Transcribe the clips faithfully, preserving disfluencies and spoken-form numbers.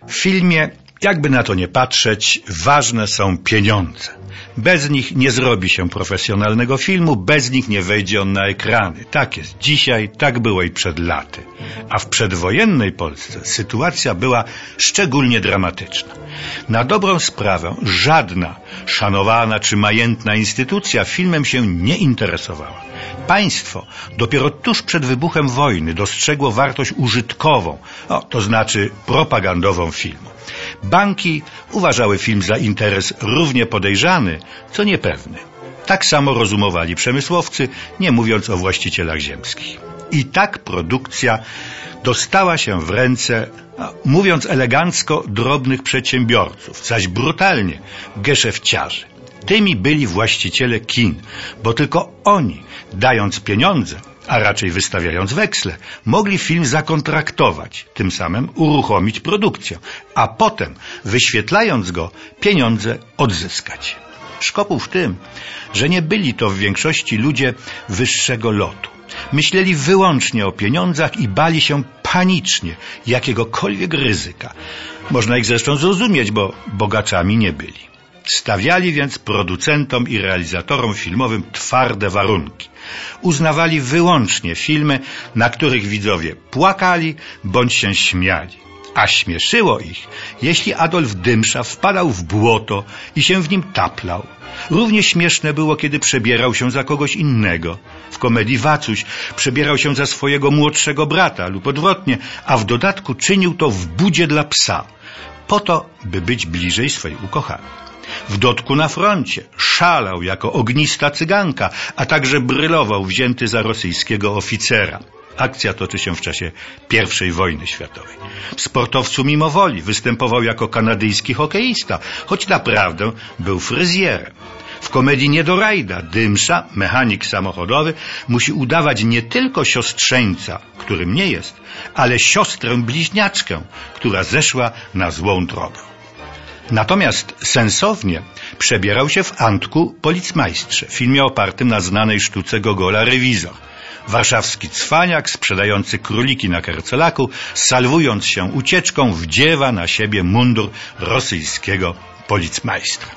W filmie, jakby na to nie patrzeć, ważne są pieniądze. Bez nich nie zrobi się profesjonalnego filmu, bez nich nie wejdzie on na ekrany. Tak jest dzisiaj, tak było i przed laty. A w przedwojennej Polsce sytuacja była szczególnie dramatyczna. Na dobrą sprawę żadna szanowana czy majętna instytucja filmem się nie interesowała. Państwo dopiero tuż przed wybuchem wojny dostrzegło wartość użytkową, o, to znaczy propagandową filmu. Banki uważały film za interes równie podejrzany, co niepewny. Tak samo rozumowali przemysłowcy, nie mówiąc o właścicielach ziemskich. I tak produkcja dostała się w ręce, no, mówiąc elegancko, drobnych przedsiębiorców, zaś brutalnie geszefciarzy. Tymi byli właściciele kin, bo tylko oni, dając pieniądze, a raczej wystawiając weksle, mogli film zakontraktować, tym samym uruchomić produkcję, a potem, wyświetlając go, pieniądze odzyskać. Szkopuł w tym, że nie byli to w większości ludzie wyższego lotu. Myśleli wyłącznie o pieniądzach i bali się panicznie jakiegokolwiek ryzyka. Można ich zresztą zrozumieć, bo bogaczami nie byli. Stawiali więc producentom i realizatorom filmowym twarde warunki. Uznawali wyłącznie filmy, na których widzowie płakali bądź się śmiali. A śmieszyło ich, jeśli Adolf Dymsza wpadał w błoto i się w nim taplał. Równie śmieszne było, kiedy przebierał się za kogoś innego. W komedii Wacuś przebierał się za swojego młodszego brata lub odwrotnie, a w dodatku czynił to w budzie dla psa, po to, by być bliżej swej ukochanej. W Dotku na froncie szalał jako ognista cyganka, a także brylował wzięty za rosyjskiego oficera. Akcja toczy się w czasie pierwszej wojny światowej. W Sportowcu mimo woli występował jako kanadyjski hokeista, choć naprawdę był fryzjerem. W komedii Niedorajda Dymsza, mechanik samochodowy, musi udawać nie tylko siostrzeńca, którym nie jest, ale siostrę bliźniaczkę, która zeszła na złą drogę. Natomiast sensownie przebierał się w Antku Policmajstrze, filmie opartym na znanej sztuce Gogola Rewizor. Warszawski cwaniak sprzedający króliki na Kercelaku, salwując się ucieczką, wdziewa na siebie mundur rosyjskiego policmajstra.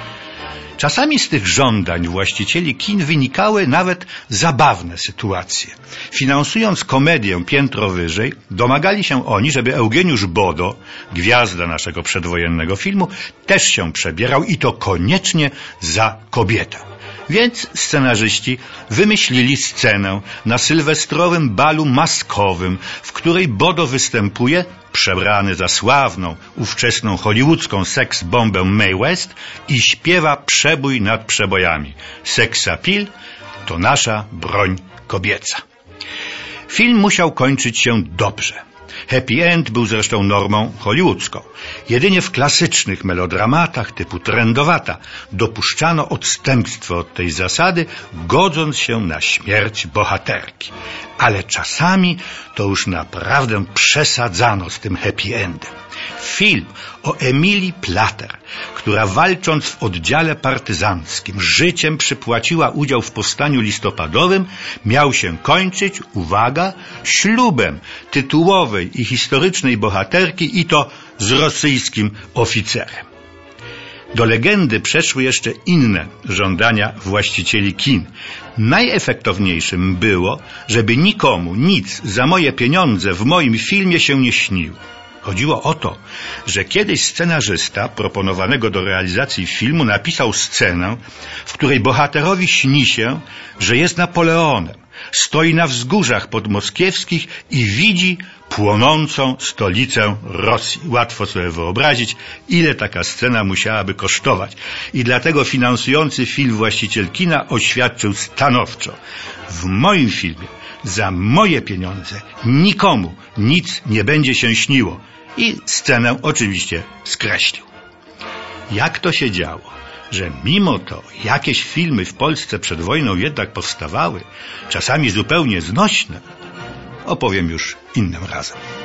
Czasami z tych żądań właścicieli kin wynikały nawet zabawne sytuacje. Finansując komedię piętro wyżej, domagali się oni, żeby Eugeniusz Bodo, gwiazda naszego przedwojennego filmu, też się przebierał i to koniecznie za kobietę. Więc scenarzyści wymyślili scenę na sylwestrowym balu maskowym, w której Bodo występuje przebrany za sławną, ówczesną hollywoodzką seks-bombę Mae West i śpiewa przebój nad przebojami. Sex appeal to nasza broń kobieca. Film musiał kończyć się dobrze. Happy end był zresztą normą hollywoodzką. Jedynie w klasycznych melodramatach typu Trędowata dopuszczano odstępstwo od tej zasady, godząc się na śmierć bohaterki. Ale czasami to już naprawdę przesadzano z tym happy endem. Film o Emilii Plater, która walcząc w oddziale partyzanckim życiem przypłaciła udział w powstaniu listopadowym, miał się kończyć, uwaga, ślubem tytułowej i historycznej bohaterki i to z rosyjskim oficerem. Do legendy przeszły jeszcze inne żądania właścicieli kin. Najefektowniejszym było, żeby nikomu nic za moje pieniądze w moim filmie się nie śniło. Chodziło o to, że kiedyś scenarzysta proponowanego do realizacji filmu napisał scenę, w której bohaterowi śni się, że jest Napoleonem, stoi na wzgórzach podmoskiewskich i widzi płonącą stolicę Rosji. Łatwo sobie wyobrazić, ile taka scena musiałaby kosztować. I dlatego finansujący film właściciel kina oświadczył stanowczo: w moim filmie za moje pieniądze nikomu nic nie będzie się śniło. I scenę oczywiście skreślił. Jak to się działo, że mimo to jakieś filmy w Polsce przed wojną jednak powstawały, czasami zupełnie znośne, opowiem już innym razem.